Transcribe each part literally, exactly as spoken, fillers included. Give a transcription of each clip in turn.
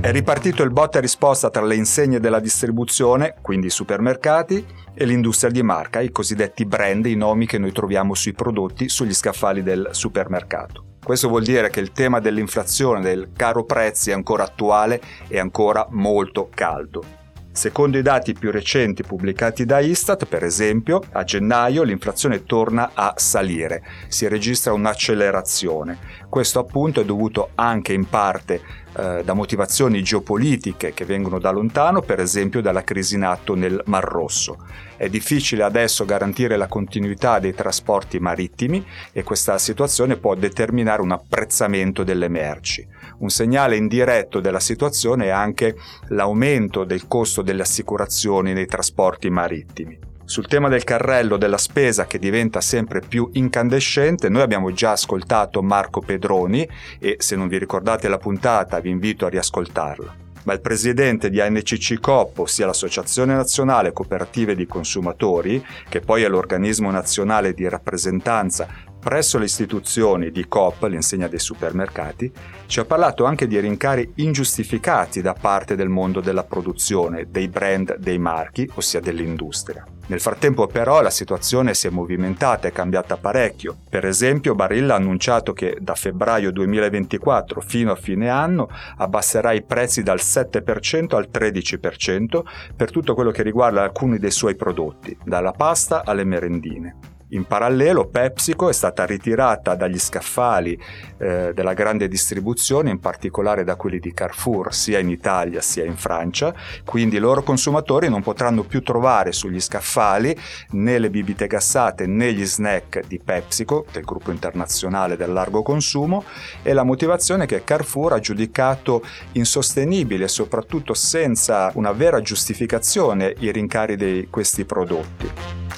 È ripartito il botta e risposta tra le insegne della distribuzione, quindi i supermercati, e l'industria di marca, i cosiddetti brand, i nomi che noi troviamo sui prodotti, sugli scaffali del supermercato. Questo vuol dire che il tema dell'inflazione, del caro prezzi è ancora attuale e ancora molto caldo. Secondo i dati più recenti pubblicati da Istat, per esempio, a gennaio l'inflazione torna a salire, si registra un'accelerazione. Questo appunto è dovuto anche in parte eh, da motivazioni geopolitiche che vengono da lontano, per esempio dalla crisi in atto nel Mar Rosso. È difficile adesso garantire la continuità dei trasporti marittimi e questa situazione può determinare un apprezzamento delle merci. Un segnale indiretto della situazione è anche l'aumento del costo delle assicurazioni nei trasporti marittimi. Sul tema del carrello della spesa, che diventa sempre più incandescente, noi abbiamo già ascoltato Marco Pedroni e se non vi ricordate la puntata vi invito a riascoltarla. Ma il presidente di A N C C Coop, ossia l'Associazione Nazionale Cooperative di Consumatori, che poi è l'organismo nazionale di rappresentanza presso le istituzioni di Coop, l'insegna dei supermercati, ci ha parlato anche di rincari ingiustificati da parte del mondo della produzione, dei brand, dei marchi, ossia dell'industria. Nel frattempo però la situazione si è movimentata e cambiata parecchio. Per esempio Barilla ha annunciato che da febbraio duemilaventiquattro fino a fine anno abbasserà i prezzi dal sette per cento al tredici per cento per tutto quello che riguarda alcuni dei suoi prodotti, dalla pasta alle merendine. In parallelo PepsiCo è stata ritirata dagli scaffali eh, della grande distribuzione, in particolare da quelli di Carrefour, sia in Italia sia in Francia, quindi i loro consumatori non potranno più trovare sugli scaffali né le bibite gassate né gli snack di PepsiCo, del gruppo internazionale del largo consumo, e la motivazione è che Carrefour ha giudicato insostenibile e soprattutto senza una vera giustificazione i rincari di questi prodotti.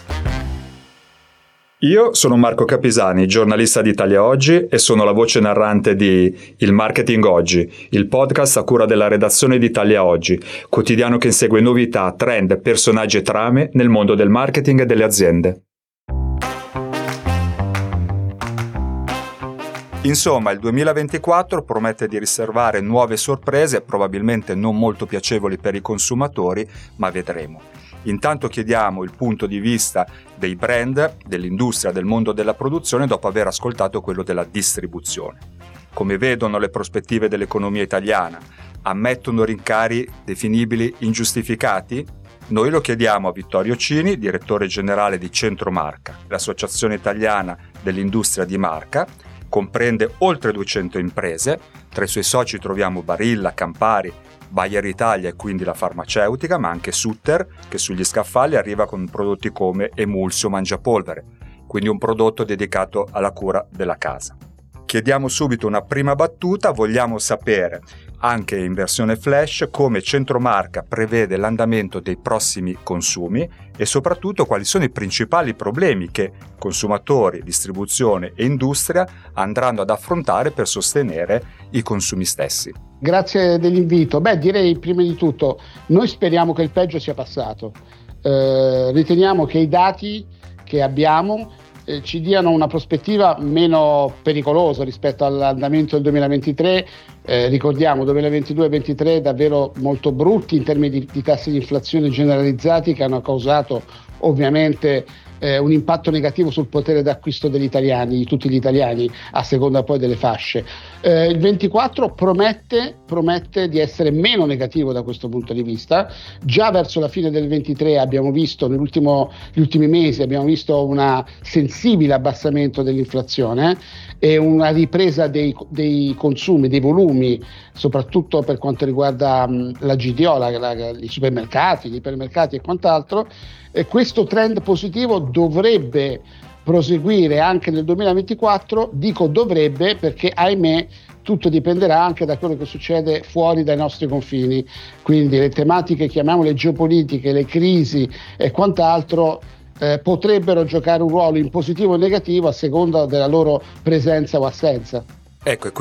Io sono Marco Capisani, giornalista di Italia Oggi e sono la voce narrante di Il Marketing Oggi, il podcast a cura della redazione di Italia Oggi, quotidiano che insegue novità, trend, personaggi e trame nel mondo del marketing e delle aziende. Insomma, il duemilaventiquattro promette di riservare nuove sorprese, probabilmente non molto piacevoli per i consumatori, ma vedremo. Intanto chiediamo il punto di vista dei brand, dell'industria, del mondo della produzione dopo aver ascoltato quello della distribuzione. Come vedono le prospettive dell'economia italiana? Ammettono rincari definibili ingiustificati? Noi lo chiediamo a Vittorio Cini, direttore generale di Centromarca, l'associazione italiana dell'industria di marca. Comprende oltre duecento imprese, tra i suoi soci troviamo Barilla, Campari, Bayer Italia e quindi la farmaceutica, ma anche Sutter, che sugli scaffali arriva con prodotti come Emulsio Mangiapolvere, quindi un prodotto dedicato alla cura della casa. Chiediamo subito una prima battuta, vogliamo sapere, anche in versione flash, come Centromarca prevede l'andamento dei prossimi consumi e soprattutto quali sono i principali problemi che consumatori, distribuzione e industria andranno ad affrontare per sostenere i consumi stessi. Grazie dell'invito. Beh, direi prima di tutto, noi speriamo che il peggio sia passato. Eh, riteniamo che i dati che abbiamo eh, ci diano una prospettiva meno pericolosa rispetto all'andamento del duemilaventitré. Eh, ricordiamo duemilaventidue ventitré davvero molto brutti in termini di, di tassi di inflazione generalizzati che hanno causato ovviamente Eh, un impatto negativo sul potere d'acquisto degli italiani, di tutti gli italiani, a seconda poi delle fasce. Eh, il ventiquattro promette, promette di essere meno negativo da questo punto di vista. Già verso la fine del ventitré abbiamo visto, nell'ultimo, negli ultimi mesi, abbiamo visto un sensibile abbassamento dell'inflazione e una ripresa dei, dei consumi, dei volumi, soprattutto per quanto riguarda mh, la G D O, la, la, i supermercati, gli ipermercati e quant'altro. E questo trend positivo dovrebbe proseguire anche nel duemilaventiquattro, dico dovrebbe perché ahimè tutto dipenderà anche da quello che succede fuori dai nostri confini, quindi le tematiche, chiamiamole geopolitiche, le crisi e quant'altro eh, potrebbero giocare un ruolo in positivo o negativo a seconda della loro presenza o assenza. Ecco, e qui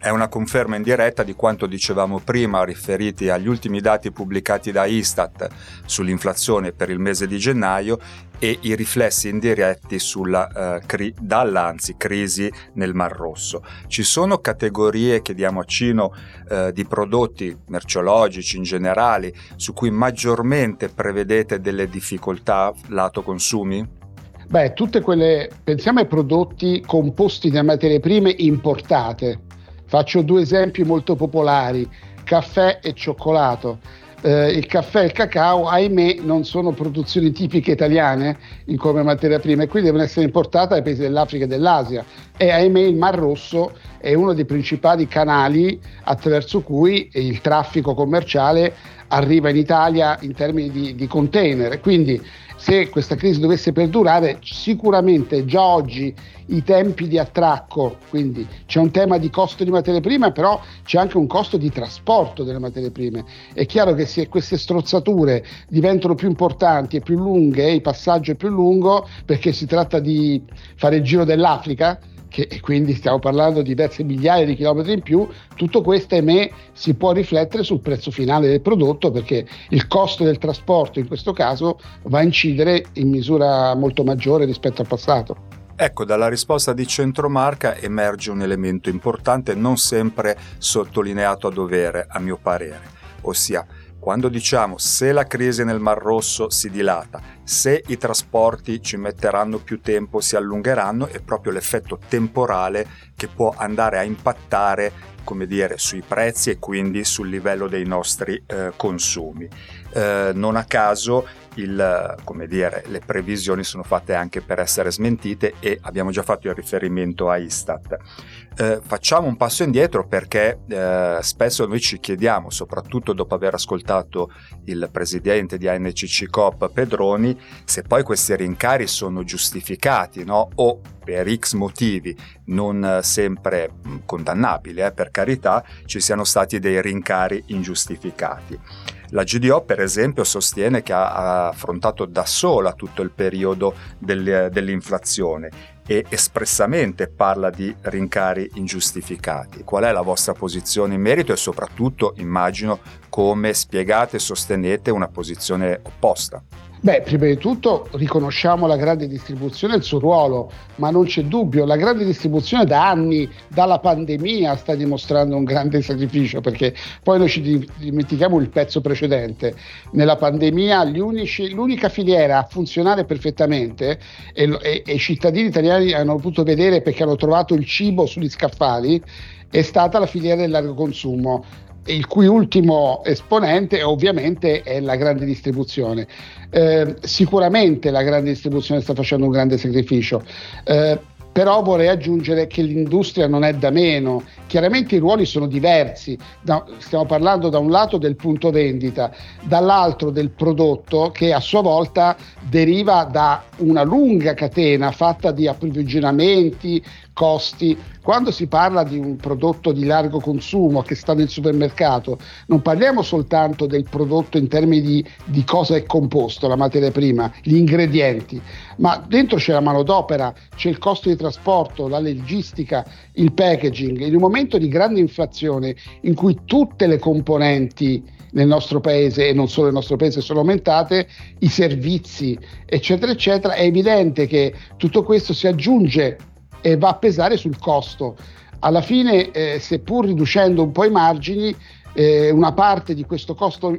È una conferma indiretta di quanto dicevamo prima, riferiti agli ultimi dati pubblicati da Istat sull'inflazione per il mese di gennaio e i riflessi indiretti sulla eh, cri- dalla anzi crisi nel Mar Rosso. Ci sono categorie, chiediamo a Cino, eh, di prodotti merceologici in generale su cui maggiormente prevedete delle difficoltà lato consumi? Beh, tutte quelle, pensiamo ai prodotti composti da materie prime importate. Faccio due esempi molto popolari: caffè e cioccolato. Eh, il caffè e il cacao, ahimè, non sono produzioni tipiche italiane in come materia prima, e quindi devono essere importate dai paesi dell'Africa e dell'Asia, e ahimè il Mar Rosso è uno dei principali canali attraverso cui il traffico commerciale arriva in Italia in termini di, di container. Quindi se questa crisi dovesse perdurare, sicuramente già oggi i tempi di attracco, quindi c'è un tema di costo di materie prime, però c'è anche un costo di trasporto delle materie prime. È chiaro che se queste strozzature diventano più importanti e più lunghe, il passaggio è più lungo perché si tratta di fare il giro dell'Africa, che, e quindi stiamo parlando di diverse migliaia di chilometri in più. Tutto questo, ahimè, si può riflettere sul prezzo finale del prodotto, perché il costo del trasporto in questo caso va a incidere in misura molto maggiore rispetto al passato. Ecco, dalla risposta di Centromarca emerge un elemento importante non sempre sottolineato a dovere, a mio parere, ossia quando diciamo se la crisi nel Mar Rosso si dilata, se i trasporti ci metteranno più tempo, si allungheranno, è proprio l'effetto temporale che può andare a impattare, come dire, sui prezzi e quindi sul livello dei nostri eh, consumi. Eh, non a caso il, come dire, le previsioni sono fatte anche per essere smentite e abbiamo già fatto il riferimento a Istat. Eh, facciamo un passo indietro perché eh, spesso noi ci chiediamo, soprattutto dopo aver ascoltato il presidente di A N C C Coop Pedroni, se poi questi rincari sono giustificati, no? O per X motivi non sempre condannabili, eh, per carità, ci siano stati dei rincari ingiustificati. La G D O, per esempio, sostiene che ha affrontato da sola tutto il periodo del, dell'inflazione e espressamente parla di rincari ingiustificati. Qual è la vostra posizione in merito e soprattutto, immagino, come spiegate e sostenete una posizione opposta? Beh, prima di tutto riconosciamo la grande distribuzione e il suo ruolo, ma non c'è dubbio, la grande distribuzione da anni, dalla pandemia, sta dimostrando un grande sacrificio, perché poi noi ci dimentichiamo il pezzo precedente. Nella pandemia gli unici, l'unica filiera a funzionare perfettamente, e, e, e i cittadini italiani hanno potuto vedere perché hanno trovato il cibo sugli scaffali, è stata la filiera del largo consumo, il cui ultimo esponente ovviamente è la grande distribuzione. Eh, sicuramente la grande distribuzione sta facendo un grande sacrificio, eh, però vorrei aggiungere che l'industria non è da meno. Chiaramente i ruoli sono diversi, da, stiamo parlando da un lato del punto vendita, dall'altro del prodotto che a sua volta deriva da una lunga catena fatta di approvvigionamenti, costi. Quando si parla di un prodotto di largo consumo che sta nel supermercato, non parliamo soltanto del prodotto in termini di, di cosa è composto, la materia prima, gli ingredienti, ma dentro c'è la manodopera, c'è il costo di trasporto, la logistica, il packaging. In un momento di grande inflazione in cui tutte le componenti nel nostro paese e non solo nel nostro paese sono aumentate, i servizi eccetera eccetera, è evidente che tutto questo si aggiunge e va a pesare sul costo. Alla fine, eh, seppur riducendo un po' i margini, eh, una parte di questo costo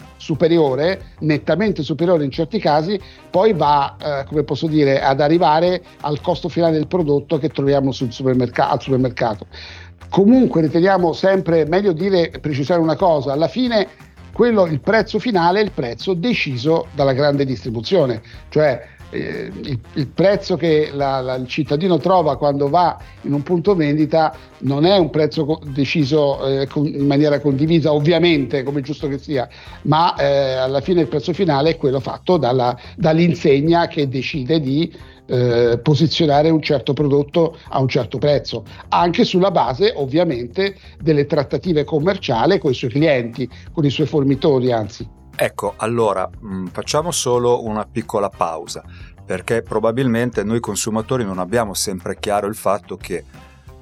superiore, nettamente superiore in certi casi, poi va, eh, come posso dire, ad arrivare al costo finale del prodotto che troviamo sul supermerc- al supermercato. Comunque riteniamo sempre meglio dire, precisare una cosa: alla fine quello, il prezzo finale è il prezzo deciso dalla grande distribuzione, cioè eh, il, il prezzo che la, la, il cittadino trova quando va in un punto vendita non è un prezzo co- deciso eh, con, in maniera condivisa, ovviamente, come è giusto che sia, ma eh, alla fine il prezzo finale è quello fatto dalla, dall'insegna che decide di Eh, posizionare un certo prodotto a un certo prezzo, anche sulla base ovviamente delle trattative commerciali con i suoi clienti, con i suoi fornitori, anzi. Ecco, allora mh, facciamo solo una piccola pausa, perché probabilmente noi consumatori non abbiamo sempre chiaro il fatto che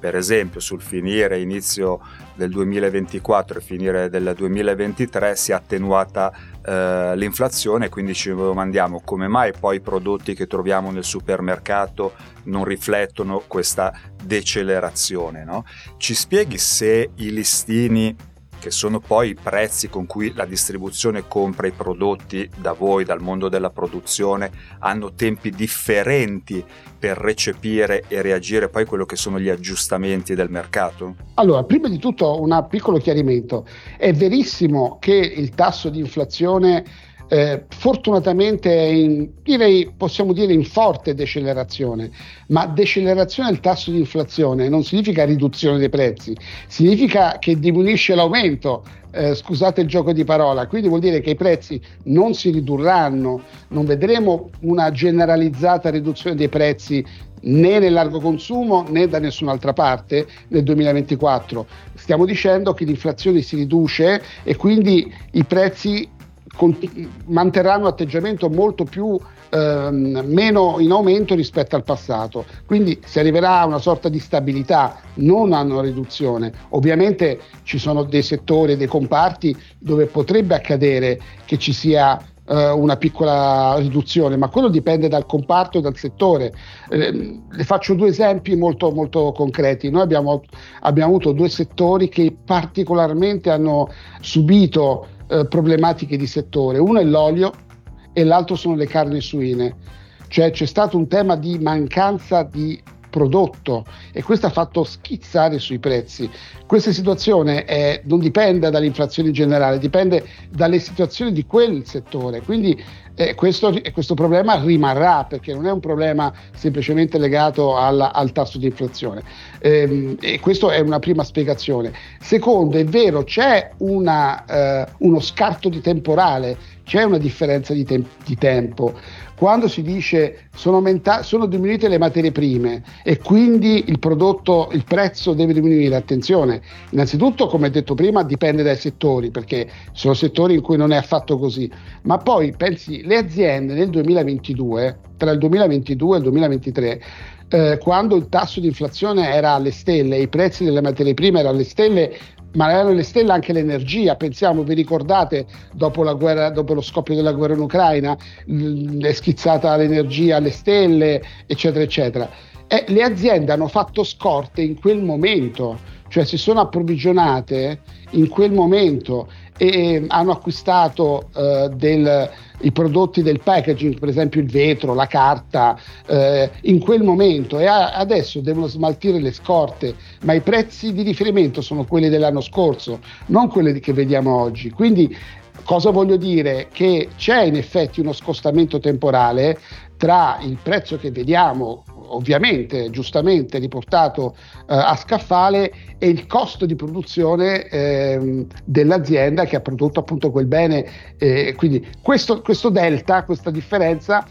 per esempio sul finire inizio del duemilaventiquattro e finire del duemilaventitré si è attenuata eh, l'inflazione, quindi ci domandiamo come mai poi i prodotti che troviamo nel supermercato non riflettono questa decelerazione, no? Ci spieghi se i listini, che sono poi i prezzi con cui la distribuzione compra i prodotti da voi, dal mondo della produzione, hanno tempi differenti per recepire e reagire poi a quello che sono gli aggiustamenti del mercato? Allora, prima di tutto un piccolo chiarimento. È verissimo che il tasso di inflazione Eh, fortunatamente è in, direi, possiamo dire in forte decelerazione, ma decelerazione del tasso di inflazione non significa riduzione dei prezzi, significa che diminuisce l'aumento, eh, scusate il gioco di parola, quindi vuol dire che i prezzi non si ridurranno, non vedremo una generalizzata riduzione dei prezzi né nel largo consumo né da nessun'altra parte nel duemilaventiquattro. Stiamo dicendo che l'inflazione si riduce e quindi i prezzi manterranno un atteggiamento molto più ehm, meno in aumento rispetto al passato, quindi si arriverà a una sorta di stabilità, non a una riduzione. Ovviamente ci sono dei settori, dei comparti dove potrebbe accadere che ci sia eh, una piccola riduzione, ma quello dipende dal comparto e dal settore. Eh, le faccio due esempi molto molto concreti. Noi abbiamo, abbiamo avuto due settori che particolarmente hanno subito Eh, problematiche di settore. Uno è l'olio e l'altro sono le carni suine, cioè c'è stato un tema di mancanza di prodotto e questo ha fatto schizzare sui prezzi. Questa situazione è, non dipende dall'inflazione generale, dipende dalle situazioni di quel settore, quindi eh, questo, questo problema rimarrà, perché non è un problema semplicemente legato alla, al tasso di inflazione, ehm, e questa è una prima spiegazione. Secondo, è vero, c'è una, eh, uno scarto di temporale, c'è una differenza di, te- di tempo. Quando si dice sono, aumenta- sono diminuite le materie prime e quindi il prodotto, il prezzo deve diminuire, attenzione, innanzitutto come detto prima dipende dai settori, perché sono settori in cui non è affatto così, ma poi pensi, le aziende nel duemilaventidue, tra il duemilaventidue e il duemilaventitré, eh, quando il tasso di inflazione era alle stelle, i prezzi delle materie prime erano alle stelle, ma erano alle stelle anche l'energia. Pensiamo, vi ricordate, dopo la guerra, dopo lo scoppio della guerra in Ucraina, mh, è schizzata l'energia alle stelle, eccetera eccetera. E le aziende hanno fatto scorte in quel momento, cioè si sono approvvigionate in quel momento e hanno acquistato eh, del, i prodotti del packaging, per esempio il vetro, la carta, eh, in quel momento, e a, adesso devono smaltire le scorte, ma i prezzi di riferimento sono quelli dell'anno scorso, non quelli che vediamo oggi. Quindi cosa voglio dire? Che c'è in effetti uno scostamento temporale tra il prezzo che vediamo, ovviamente giustamente riportato eh, a scaffale, e il costo di produzione eh, dell'azienda che ha prodotto appunto quel bene. Eh, quindi questo, questo delta, questa differenza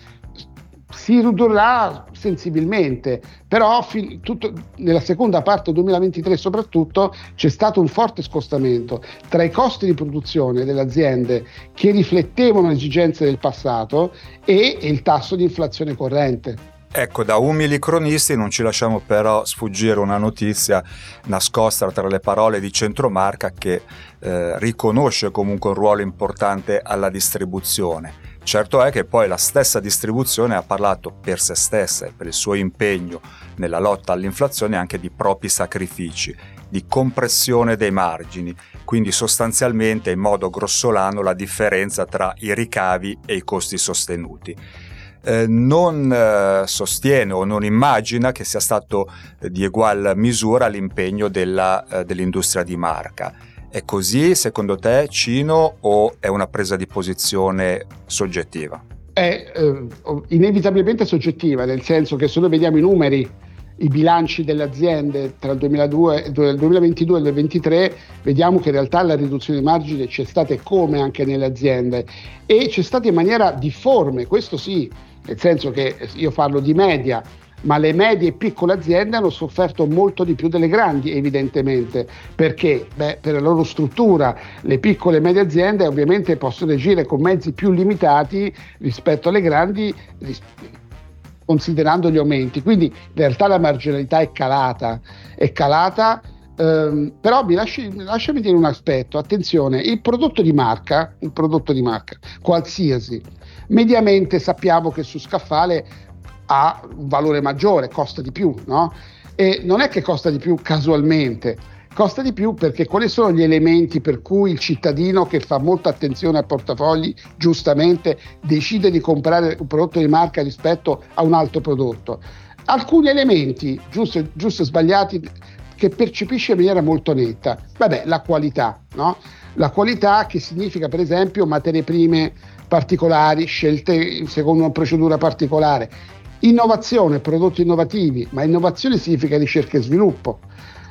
si ridurrà sensibilmente, però fi- tutto, nella seconda parte del duemilaventitré soprattutto c'è stato un forte scostamento tra i costi di produzione delle aziende che riflettevano le esigenze del passato e il tasso di inflazione corrente. Ecco, da umili cronisti non ci lasciamo però sfuggire una notizia nascosta tra le parole di Centromarca, che eh, riconosce comunque un ruolo importante alla distribuzione. Certo è che poi la stessa distribuzione ha parlato per se stessa e per il suo impegno nella lotta all'inflazione anche di propri sacrifici, di compressione dei margini, quindi sostanzialmente in modo grossolano la differenza tra i ricavi e i costi sostenuti. Eh, non eh, sostiene o non immagina che sia stato eh, di egual misura l'impegno della, eh, dell'industria di Marca. È così secondo te, Cino, o è una presa di posizione soggettiva? È eh, inevitabilmente soggettiva, nel senso che se noi vediamo i numeri, i bilanci delle aziende tra il duemiladue, il duemilaventidue e il duemilaventitré, vediamo che in realtà la riduzione di margine c'è stata, come anche nelle aziende, e c'è stata in maniera difforme, questo sì, nel senso che io parlo di media, ma le medie e piccole aziende hanno sofferto molto di più delle grandi, evidentemente. Perché? Beh, per la loro struttura, le piccole e medie aziende ovviamente possono agire con mezzi più limitati rispetto alle grandi, considerando gli aumenti, quindi in realtà la marginalità è calata, è calata. Um, però mi lasci, lasciami dire un aspetto, attenzione, il prodotto di marca, il prodotto di marca, qualsiasi, mediamente sappiamo che su scaffale ha un valore maggiore, costa di più, no? E non è che costa di più casualmente, costa di più perché quali sono gli elementi per cui il cittadino che fa molta attenzione ai portafogli, giustamente, decide di comprare un prodotto di marca rispetto a un altro prodotto? Alcuni elementi, giusto, giusto o sbagliati, che percepisce in maniera molto netta. Vabbè, la qualità, no? La qualità che significa per esempio materie prime particolari, scelte secondo una procedura particolare. Innovazione, prodotti innovativi, ma innovazione significa ricerca e sviluppo.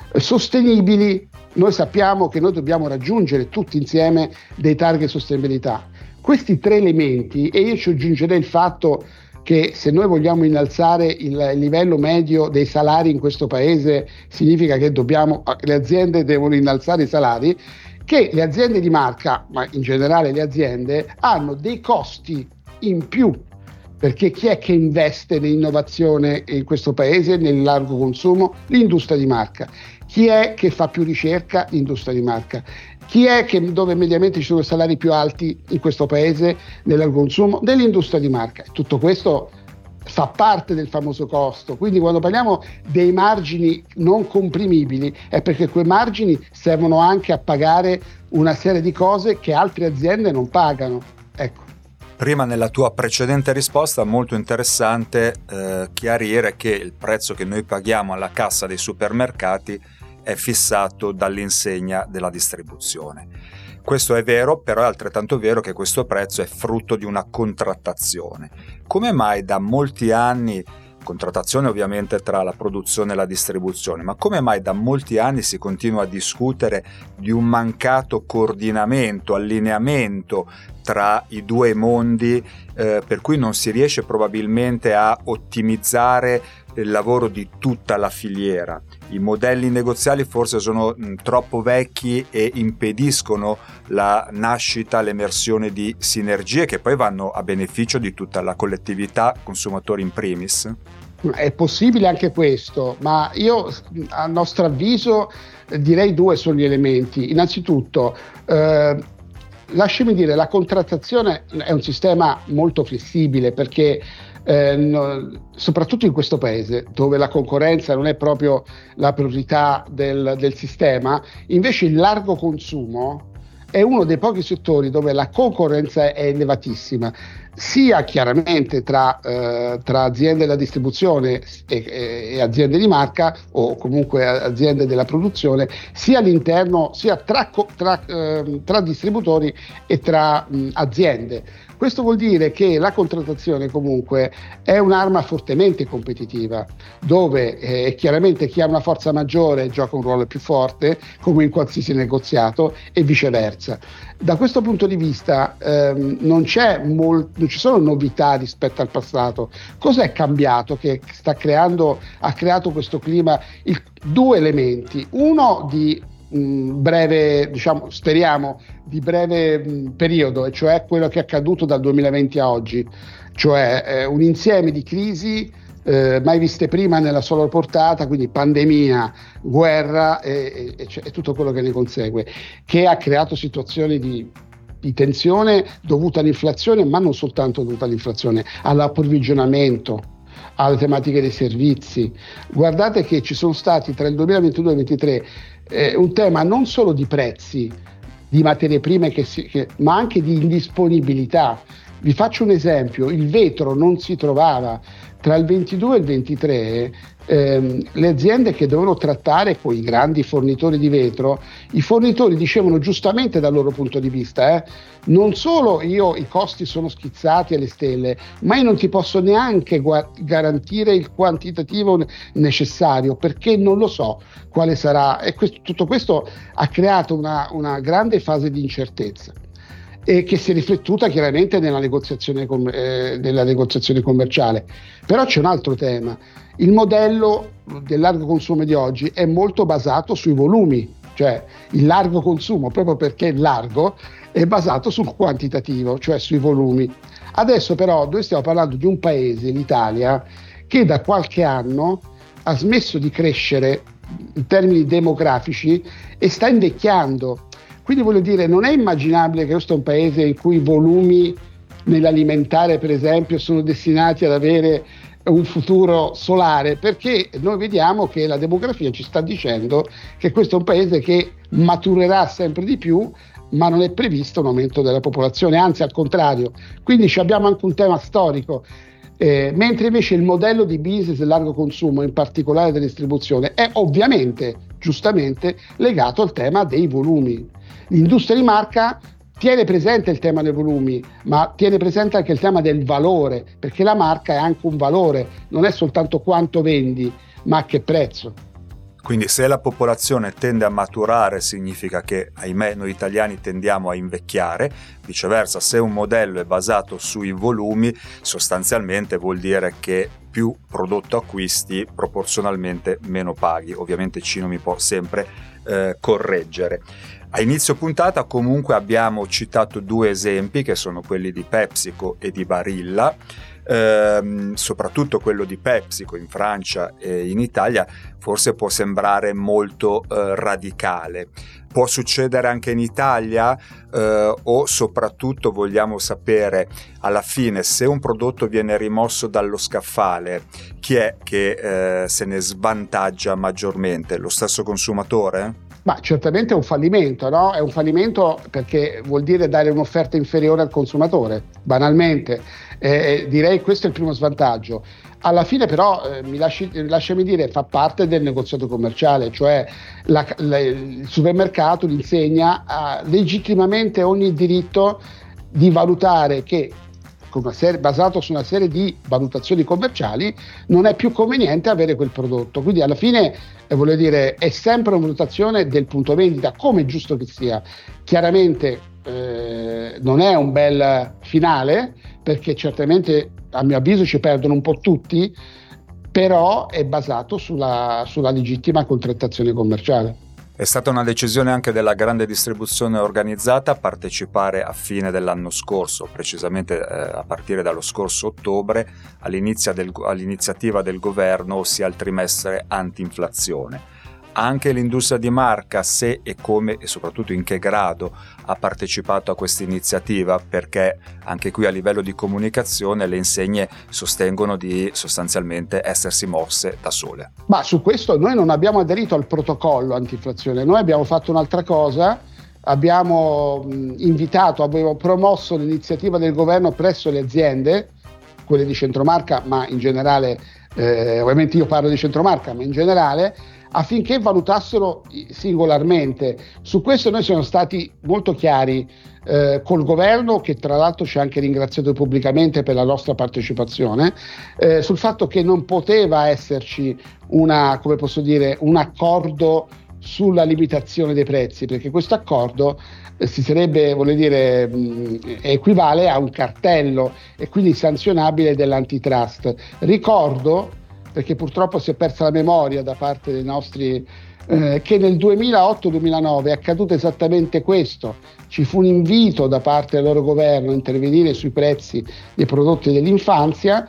Sostenibili, noi sappiamo che noi dobbiamo raggiungere tutti insieme dei target sostenibilità. Questi tre elementi, e io ci aggiungerei il fatto che se noi vogliamo innalzare il livello medio dei salari in questo paese, significa che dobbiamo, le aziende devono innalzare i salari, che le aziende di marca, ma in generale le aziende, hanno dei costi in più, perché chi è che investe in innovazione in questo paese, nel largo consumo? L'industria di marca. Chi è che fa più ricerca? L'industria di marca. Chi è che dove mediamente ci sono salari più alti in questo paese nel consumo? Dell'industria di marca. Tutto questo fa parte del famoso costo, quindi quando parliamo dei margini non comprimibili è perché quei margini servono anche a pagare una serie di cose che altre aziende non pagano. Ecco. Prima nella tua precedente risposta molto interessante eh, chiarire che il prezzo che noi paghiamo alla cassa dei supermercati è fissato dall'insegna della distribuzione. Questo è vero, però è altrettanto vero che questo prezzo è frutto di una contrattazione. Come mai da molti anni, contrattazione ovviamente tra la produzione e la distribuzione, ma come mai da molti anni si continua a discutere di un mancato coordinamento, allineamento tra i due mondi, eh, per cui non si riesce probabilmente a ottimizzare il lavoro di tutta la filiera? I modelli negoziali forse sono mh, troppo vecchi e impediscono la nascita, l'emersione di sinergie che poi vanno a beneficio di tutta la collettività, consumatori in primis? È possibile anche questo, ma io a nostro avviso direi due sono gli elementi. Innanzitutto, eh, lasciami dire, la contrattazione è un sistema molto flessibile perché Eh, no, soprattutto in questo paese dove la concorrenza non è proprio la priorità del, del sistema, invece il largo consumo è uno dei pochi settori dove la concorrenza è elevatissima, sia chiaramente tra, eh, tra aziende della distribuzione e, e, e aziende di marca o comunque aziende della produzione, sia all'interno, sia tra, tra, eh, tra distributori e tra mh, aziende. Questo vuol dire che la contrattazione comunque è un'arma fortemente competitiva, dove eh, chiaramente chi ha una forza maggiore gioca un ruolo più forte, come in qualsiasi negoziato, e viceversa. Da questo punto di vista ehm, non c'è mol- non ci sono novità rispetto al passato. Cosa è cambiato che sta creando, ha creato questo clima? Il, due elementi. Uno di mh, breve, diciamo, speriamo, di breve mh, periodo, e cioè quello che è accaduto dal duemilaventi a oggi, cioè eh, un insieme di crisi eh, mai viste prima nella sola portata, quindi pandemia, guerra e, e, e tutto quello che ne consegue, che ha creato situazioni di, di tensione dovuta all'inflazione, ma non soltanto dovuta all'inflazione, all'approvvigionamento, alle tematiche dei servizi. Guardate che ci sono stati tra il duemilaventidue e il duemilaventitré eh, un tema non solo di prezzi, di materie prime, che si, che, ma anche di indisponibilità. Vi faccio un esempio: il vetro non si trovava. Tra il ventidue e il ventitré ehm, le aziende che dovevano trattare con i grandi fornitori di vetro, i fornitori dicevano giustamente dal loro punto di vista eh, non solo io i costi sono schizzati alle stelle, ma io non ti posso neanche gua- garantire il quantitativo necessario perché non lo so quale sarà, e questo, tutto questo ha creato una, una grande fase di incertezza, e che si è riflettuta chiaramente nella negoziazione, com- eh, nella negoziazione commerciale. Però c'è un altro tema: il modello del largo consumo di oggi è molto basato sui volumi, cioè il largo consumo, proprio perché è largo, è basato sul quantitativo, cioè sui volumi. Adesso però noi stiamo parlando di un paese, l'Italia, che da qualche anno ha smesso di crescere in termini demografici e sta invecchiando. Quindi voglio dire, non è immaginabile che questo è un paese in cui i volumi nell'alimentare, per esempio, sono destinati ad avere un futuro solare, perché noi vediamo che la demografia ci sta dicendo che questo è un paese che maturerà sempre di più, ma non è previsto un aumento della popolazione, anzi al contrario. Quindi abbiamo anche un tema storico, eh, mentre invece il modello di business del largo consumo, in particolare della distribuzione, è ovviamente, giustamente, legato al tema dei volumi. L'industria di marca tiene presente il tema dei volumi, ma tiene presente anche il tema del valore, perché la marca è anche un valore, non è soltanto quanto vendi, ma a che prezzo. Quindi se la popolazione tende a maturare significa che, ahimè, noi italiani tendiamo a invecchiare, viceversa se un modello è basato sui volumi sostanzialmente vuol dire che più prodotto acquisti proporzionalmente meno paghi. Ovviamente Cino mi può sempre eh, correggere. A inizio puntata comunque abbiamo citato due esempi che sono quelli di PepsiCo e di Barilla. Ehm, soprattutto quello di PepsiCo in Francia e in Italia forse può sembrare molto eh, radicale. Può succedere anche in Italia eh, o soprattutto vogliamo sapere alla fine se un prodotto viene rimosso dallo scaffale chi è che eh, se ne svantaggia maggiormente? Lo stesso consumatore? Ma certamente è un fallimento, no? È un fallimento perché vuol dire dare un'offerta inferiore al consumatore, banalmente. Eh, direi questo è il primo svantaggio. Alla fine però, eh, mi lasci, lasciami dire, fa parte del negoziato commerciale, cioè la, la, il supermercato, l'insegna, ha legittimamente ogni diritto di valutare che, con una serie, basato su una serie di valutazioni commerciali, non è più conveniente avere quel prodotto. Quindi alla fine, eh, voglio dire, è sempre una valutazione del punto vendita, come è giusto che sia. Chiaramente eh, non è un bel finale, perché certamente a mio avviso ci perdono un po' tutti, però è basato sulla, sulla legittima contrattazione commerciale. È stata una decisione anche della grande distribuzione organizzata partecipare a fine dell'anno scorso, precisamente eh, a partire dallo scorso ottobre, all'inizia del, all'iniziativa del governo, ossia al trimestre anti-inflazione. Anche l'industria di marca, se e come e soprattutto in che grado ha partecipato a questa iniziativa, perché anche qui a livello di comunicazione le insegne sostengono di sostanzialmente essersi mosse da sole. Ma su questo noi non abbiamo aderito al protocollo anti-inflazione, noi abbiamo fatto un'altra cosa, abbiamo mh, invitato, abbiamo promosso l'iniziativa del governo presso le aziende, quelle di centromarca, ma in generale, eh, ovviamente io parlo di centromarca, ma in generale, affinché valutassero singolarmente. Su questo noi siamo stati molto chiari eh, col governo, che tra l'altro ci ha anche ringraziato pubblicamente per la nostra partecipazione, eh, sul fatto che non poteva esserci una, come posso dire, un accordo sulla limitazione dei prezzi, perché questo accordo eh, si sarebbe, voglio dire, mh, equivale a un cartello e quindi sanzionabile dell'antitrust. Ricordo, perché purtroppo si è persa la memoria da parte dei nostri, eh, che nel duemilaotto duemilanove è accaduto esattamente questo. Ci fu un invito da parte del loro governo a intervenire sui prezzi dei prodotti dell'infanzia,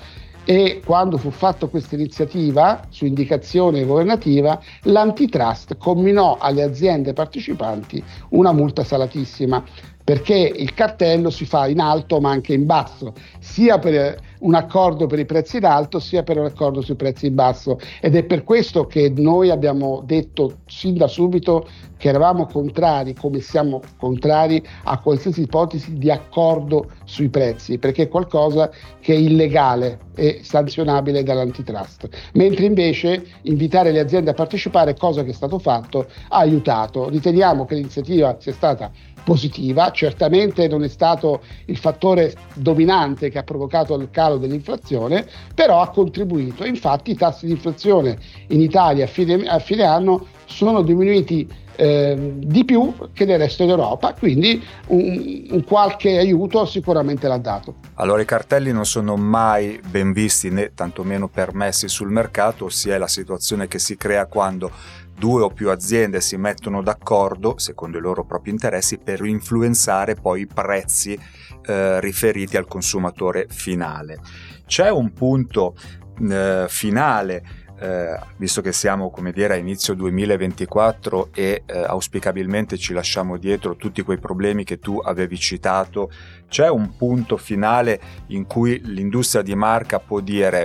e quando fu fatta questa iniziativa su indicazione governativa, l'antitrust comminò alle aziende partecipanti una multa salatissima, perché il cartello si fa in alto ma anche in basso, sia per un accordo per i prezzi in alto sia per un accordo sui prezzi in basso, ed è per questo che noi abbiamo detto sin da subito che eravamo contrari, come siamo contrari a qualsiasi ipotesi di accordo sui prezzi, perché è qualcosa che è illegale e sanzionabile dall'antitrust, mentre invece invitare le aziende a partecipare, cosa che è stato fatto, ha aiutato. Riteniamo che l'iniziativa sia stata positiva, certamente non è stato il fattore dominante che ha provocato il calo dell'inflazione, però ha contribuito. Infatti i tassi di inflazione in Italia a fine, a fine anno sono diminuiti eh, di più che nel resto d'Europa, quindi un, un qualche aiuto sicuramente l'ha dato. Allora i cartelli non sono mai ben visti né tantomeno permessi sul mercato, ossia è la situazione che si crea quando due o più aziende si mettono d'accordo, secondo i loro propri interessi, per influenzare poi i prezzi eh, riferiti al consumatore finale. C'è un punto eh, finale, eh, visto che siamo, come dire, a inizio duemilaventiquattro e eh, auspicabilmente ci lasciamo dietro tutti quei problemi che tu avevi citato, c'è un punto finale in cui l'industria di marca può dire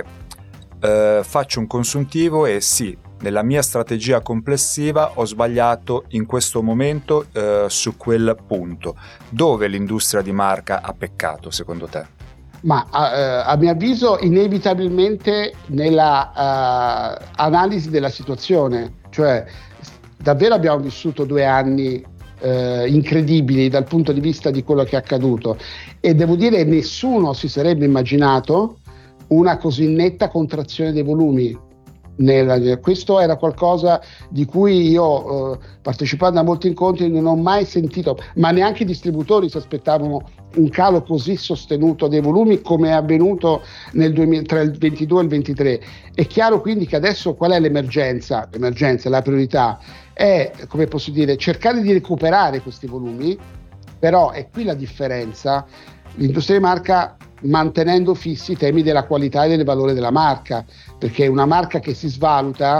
eh, faccio un consuntivo e sì, nella mia strategia complessiva ho sbagliato in questo momento eh, su quel punto. Dove l'industria di marca ha peccato secondo te? Ma a, a mio avviso inevitabilmente nella uh, analisi della situazione, cioè davvero abbiamo vissuto due anni uh, incredibili dal punto di vista di quello che è accaduto, e devo dire nessuno si sarebbe immaginato una così netta contrazione dei volumi. Nella, questo era qualcosa di cui io, eh, partecipando a molti incontri, non ho mai sentito, ma neanche i distributori si aspettavano un calo così sostenuto dei volumi come è avvenuto nel duemila, tra il ventidue e il ventitré. È chiaro quindi che adesso qual è l'emergenza? L'emergenza, la priorità è, come posso dire, cercare di recuperare questi volumi, però è qui la differenza. L'industria di marca mantenendo fissi i temi della qualità e del valore della marca, perché una marca che si svaluta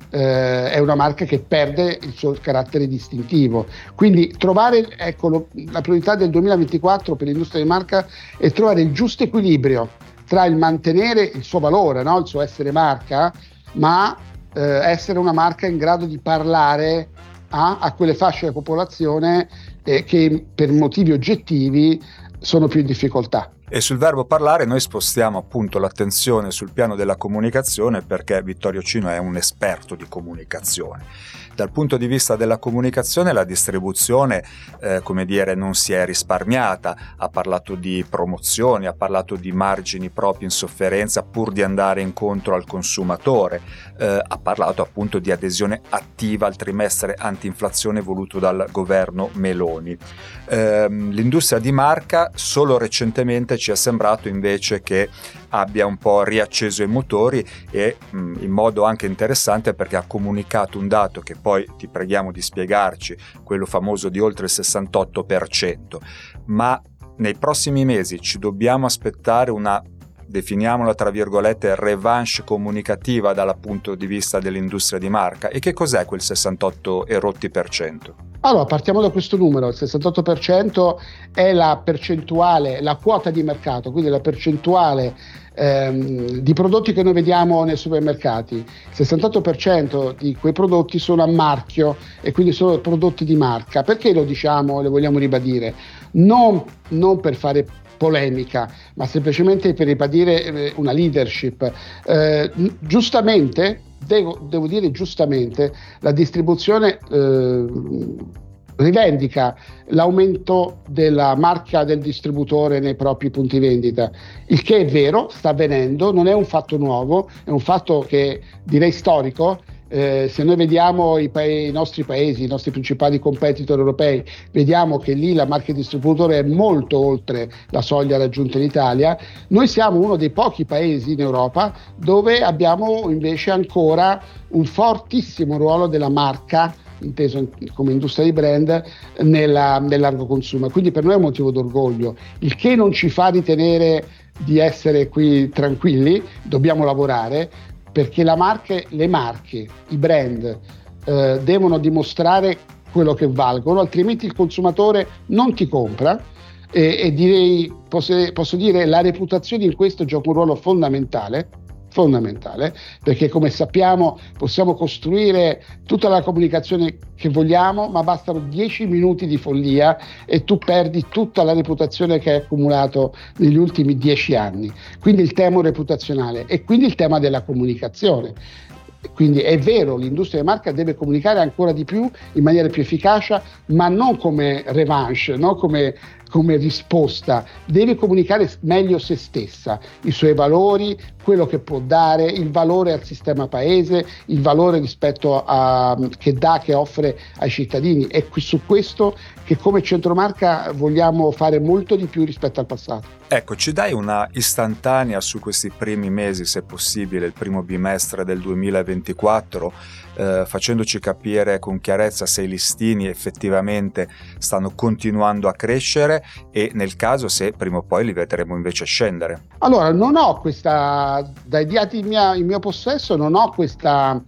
eh, è una marca che perde il suo carattere distintivo. Quindi trovare, ecco, lo, la priorità del duemilaventiquattro per l'industria di marca è trovare il giusto equilibrio tra il mantenere il suo valore, no? Il suo essere marca, ma eh, essere una marca in grado di parlare a, a quelle fasce di popolazione eh, che per motivi oggettivi sono più in difficoltà. E sul verbo parlare noi spostiamo appunto l'attenzione sul piano della comunicazione, perché Vittorio Cino è un esperto di comunicazione. Dal punto di vista della comunicazione la distribuzione, eh, come dire, non si è risparmiata, ha parlato di promozioni, ha parlato di margini propri in sofferenza pur di andare incontro al consumatore, eh, ha parlato appunto di adesione attiva al trimestre antinflazione voluto dal governo Meloni. Eh, l'industria di marca solo recentemente ci è sembrato invece che abbia un po' riacceso i motori e mh, in modo anche interessante, perché ha comunicato un dato che poi ti preghiamo di spiegarci, quello famoso di oltre il sessantotto per cento. Ma nei prossimi mesi ci dobbiamo aspettare una, definiamola tra virgolette, revanche comunicativa dal punto di vista dell'industria di marca? E che cos'è quel sessantotto e rotti per cento? Allora, partiamo da questo numero. Il sessantotto per cento è la percentuale, la quota di mercato, quindi la percentuale ehm, di prodotti che noi vediamo nei supermercati. Il sessantotto per cento di quei prodotti sono a marchio e quindi sono prodotti di marca. Perché lo diciamo, le vogliamo ribadire? Non, non per fare polemica, ma semplicemente per ribadire una leadership. Eh, giustamente, devo, devo dire giustamente, la distribuzione eh, rivendica l'aumento della marca del distributore nei propri punti vendita, il che è vero, sta avvenendo, non è un fatto nuovo, è un fatto che direi storico. Eh, se noi vediamo i, pa- i nostri paesi, i nostri principali competitor europei, vediamo che lì la marca distributore è molto oltre la soglia raggiunta in Italia. Noi siamo uno dei pochi paesi in Europa dove abbiamo invece ancora un fortissimo ruolo della marca, inteso come industria di brand, nella, nel largo consumo. Quindi per noi è un motivo d'orgoglio, il che non ci fa ritenere di essere qui tranquilli, dobbiamo lavorare, perché la marche, le marche, i brand eh, devono dimostrare quello che valgono, altrimenti il consumatore non ti compra. E, e direi, posso, posso dire, la reputazione in questo gioca un ruolo fondamentale, fondamentale, perché come sappiamo possiamo costruire tutta la comunicazione che vogliamo, ma bastano dieci minuti di follia e tu perdi tutta la reputazione che hai accumulato negli ultimi dieci anni. Quindi il tema reputazionale e quindi il tema della comunicazione. Quindi è vero, l'industria di marca deve comunicare ancora di più, in maniera più efficace, ma non come revanche, no? come, come risposta. Deve comunicare meglio se stessa, i suoi valori, quello che può dare, il valore al sistema paese, il valore rispetto a che dà, che offre ai cittadini. È su questo che come Centromarca vogliamo fare molto di più rispetto al passato. Ecco, ci dai una istantanea su questi primi mesi, se possibile, il primo bimestre del duemilaventiquattro, eh, facendoci capire con chiarezza se i listini effettivamente stanno continuando a crescere e nel caso se prima o poi li vedremo invece scendere. Allora, non ho questa, dai dati in, mia, in mio possesso, non ho questa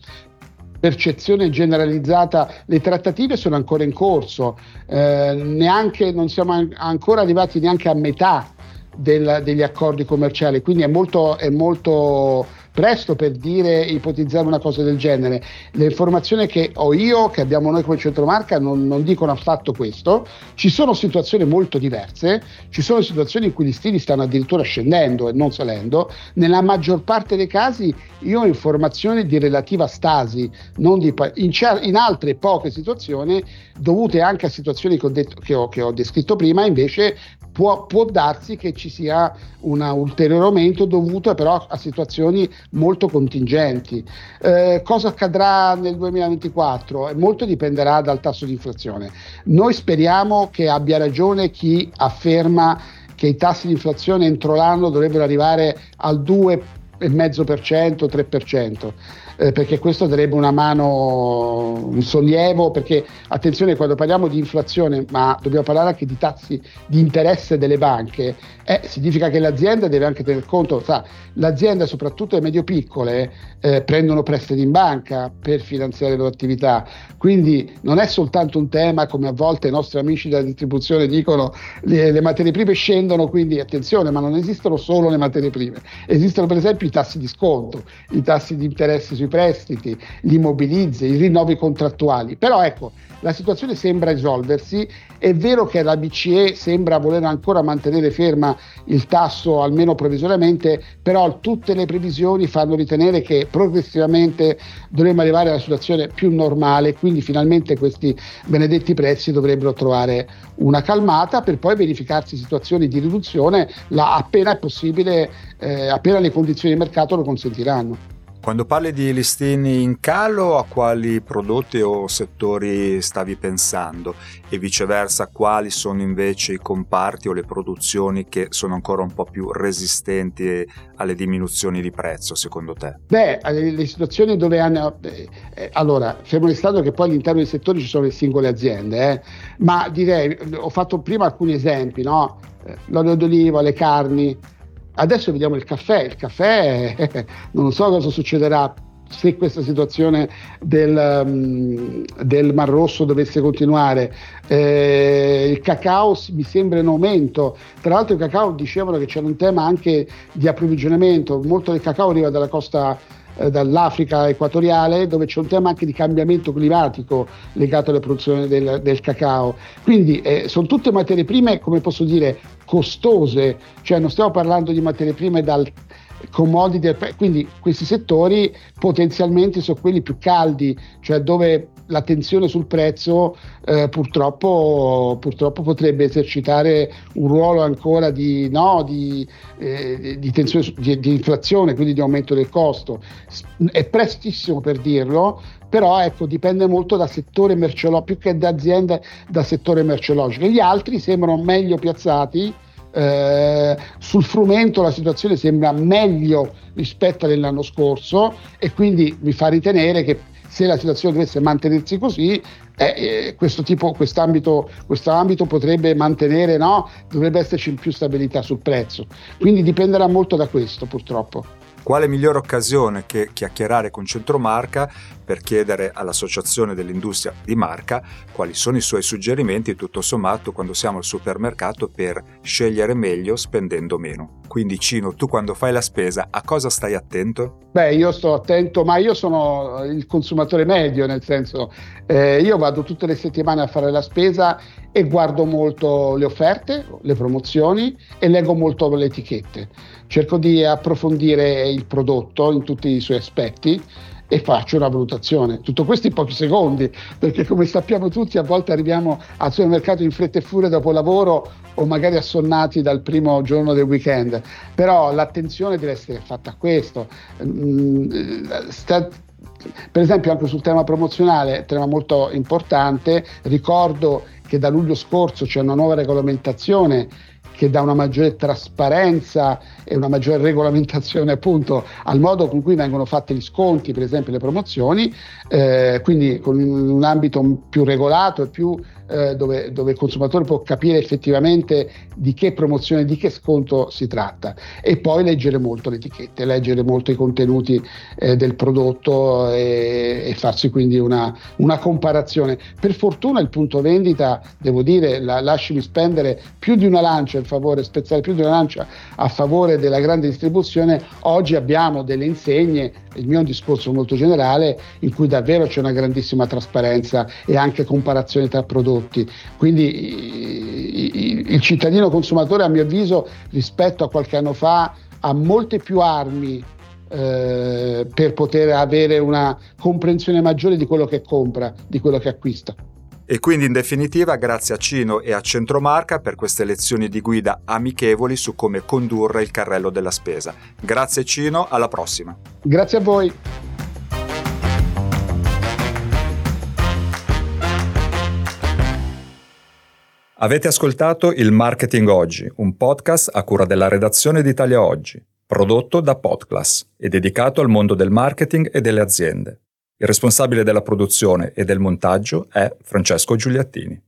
percezione generalizzata. Le trattative sono ancora in corso, eh, neanche, non siamo ancora arrivati neanche a metà del, degli accordi commerciali, quindi è molto, è molto presto per dire, ipotizzare una cosa del genere. Le informazioni che ho io, che abbiamo noi come Centromarca, non, non dicono affatto questo. Ci sono situazioni molto diverse, ci sono situazioni in cui gli listini stanno addirittura scendendo e non salendo. Nella maggior parte dei casi io ho informazioni di relativa stasi, non di, in, in altre poche situazioni dovute anche a situazioni che ho, detto, che ho, che ho descritto prima, invece può, può darsi che ci sia un ulteriore aumento dovuto però a situazioni molto contingenti. Eh, cosa accadrà nel duemilaventiquattro? Molto dipenderà dal tasso di inflazione. Noi speriamo che abbia ragione chi afferma che i tassi di inflazione entro l'anno dovrebbero arrivare al due virgola cinque per cento, tre per cento. Eh, perché questo darebbe una mano, un sollievo, perché attenzione, quando parliamo di inflazione, ma dobbiamo parlare anche di tassi di interesse delle banche, eh, significa che l'azienda deve anche tener conto, sa, l'azienda, soprattutto le medio-piccole, eh, prendono prestiti in banca per finanziare le loro attività, quindi non è soltanto un tema, come a volte i nostri amici della distribuzione dicono, le, le materie prime scendono, quindi attenzione, ma non esistono solo le materie prime, esistono per esempio i tassi di sconto, i tassi di interesse sui prestiti, gli immobilizzi, i rinnovi contrattuali. Però ecco, la situazione sembra risolversi. È vero che la B C E sembra voler ancora mantenere ferma il tasso, almeno provvisoriamente, però tutte le previsioni fanno ritenere che progressivamente dovremmo arrivare alla situazione più normale, quindi finalmente questi benedetti prezzi dovrebbero trovare una calmata per poi verificarsi situazioni di riduzione là, appena è possibile, eh, appena le condizioni di mercato lo consentiranno. Quando parli di listini in calo, a quali prodotti o settori stavi pensando e viceversa, quali sono invece i comparti o le produzioni che sono ancora un po' più resistenti alle diminuzioni di prezzo secondo te? Beh, le situazioni dove hanno eh, allora, fermo restando che poi all'interno dei settori ci sono le singole aziende, eh, ma direi, ho fatto prima alcuni esempi, no? L'olio d'oliva, le carni. Adesso vediamo il caffè, il caffè eh, non so cosa succederà se questa situazione del, um, del Mar Rosso dovesse continuare. Eh, il cacao mi sembra in aumento, tra l'altro il cacao dicevano che c'era un tema anche di approvvigionamento, molto del cacao arriva dalla costa eh, dall'Africa equatoriale, dove c'è un tema anche di cambiamento climatico legato alla produzione del, del cacao, quindi eh, sono tutte materie prime, come posso dire, costose, cioè non stiamo parlando di materie prime dal commodity, quindi questi settori potenzialmente sono quelli più caldi, cioè dove la tensione sul prezzo eh, purtroppo, purtroppo potrebbe esercitare un ruolo ancora di, no, di, eh, di tensione, di, di inflazione, quindi di aumento del costo. È prestissimo per dirlo, però ecco, dipende molto da settore merceologico, più che da aziende, da settore merceologico. Gli altri sembrano meglio piazzati. Eh, sul frumento la situazione sembra meglio rispetto all'anno scorso e quindi mi fa ritenere che se la situazione dovesse mantenersi così, eh, eh, questo tipo, quest'ambito, questo ambito potrebbe mantenere, no? Dovrebbe esserci più stabilità sul prezzo. Quindi dipenderà molto da questo, purtroppo. Quale migliore occasione che chiacchierare con Centromarca per chiedere all'Associazione dell'Industria di Marca quali sono i suoi suggerimenti, tutto sommato, quando siamo al supermercato per scegliere meglio spendendo meno. Quindi Cino, tu quando fai la spesa a cosa stai attento? Beh, io sto attento, ma io sono il consumatore medio, nel senso eh, io vado tutte le settimane a fare la spesa e guardo molto le offerte, le promozioni e leggo molto le etichette. Cerco di approfondire il prodotto in tutti i suoi aspetti e faccio una valutazione. Tutto questo in pochi secondi, perché come sappiamo tutti a volte arriviamo al supermercato in fretta e furia dopo lavoro o magari assonnati dal primo giorno del weekend, però l'attenzione deve essere fatta a questo. Sta, per esempio anche sul tema promozionale, tema molto importante, ricordo che da luglio scorso c'è una nuova regolamentazione che dà una maggiore trasparenza e una maggiore regolamentazione appunto al modo con cui vengono fatti gli sconti, per esempio le promozioni, eh, quindi con un ambito più regolato e più eh, dove, dove il consumatore può capire effettivamente di che promozione, di che sconto si tratta, e poi leggere molto le etichette, leggere molto i contenuti eh, del prodotto e, e farsi quindi una, una comparazione. Per fortuna il punto vendita, devo dire, la, lasciami spendere più di una lancia in favore, spezzare più di una lancia a favore della grande distribuzione. Oggi abbiamo delle insegne, il mio è un discorso molto generale, in cui davvero c'è una grandissima trasparenza e anche comparazione tra prodotti. Quindi il cittadino consumatore, a mio avviso, rispetto a qualche anno fa, ha molte più armi eh, per poter avere una comprensione maggiore di quello che compra, di quello che acquista. E quindi in definitiva grazie a Cino e a Centromarca per queste lezioni di guida amichevoli su come condurre il carrello della spesa. Grazie Cino, alla prossima. Grazie a voi. Avete ascoltato il Marketing Oggi, un podcast a cura della redazione di Italia Oggi, prodotto da Podclass e dedicato al mondo del marketing e delle aziende. Il responsabile della produzione e del montaggio è Francesco Giuliattini.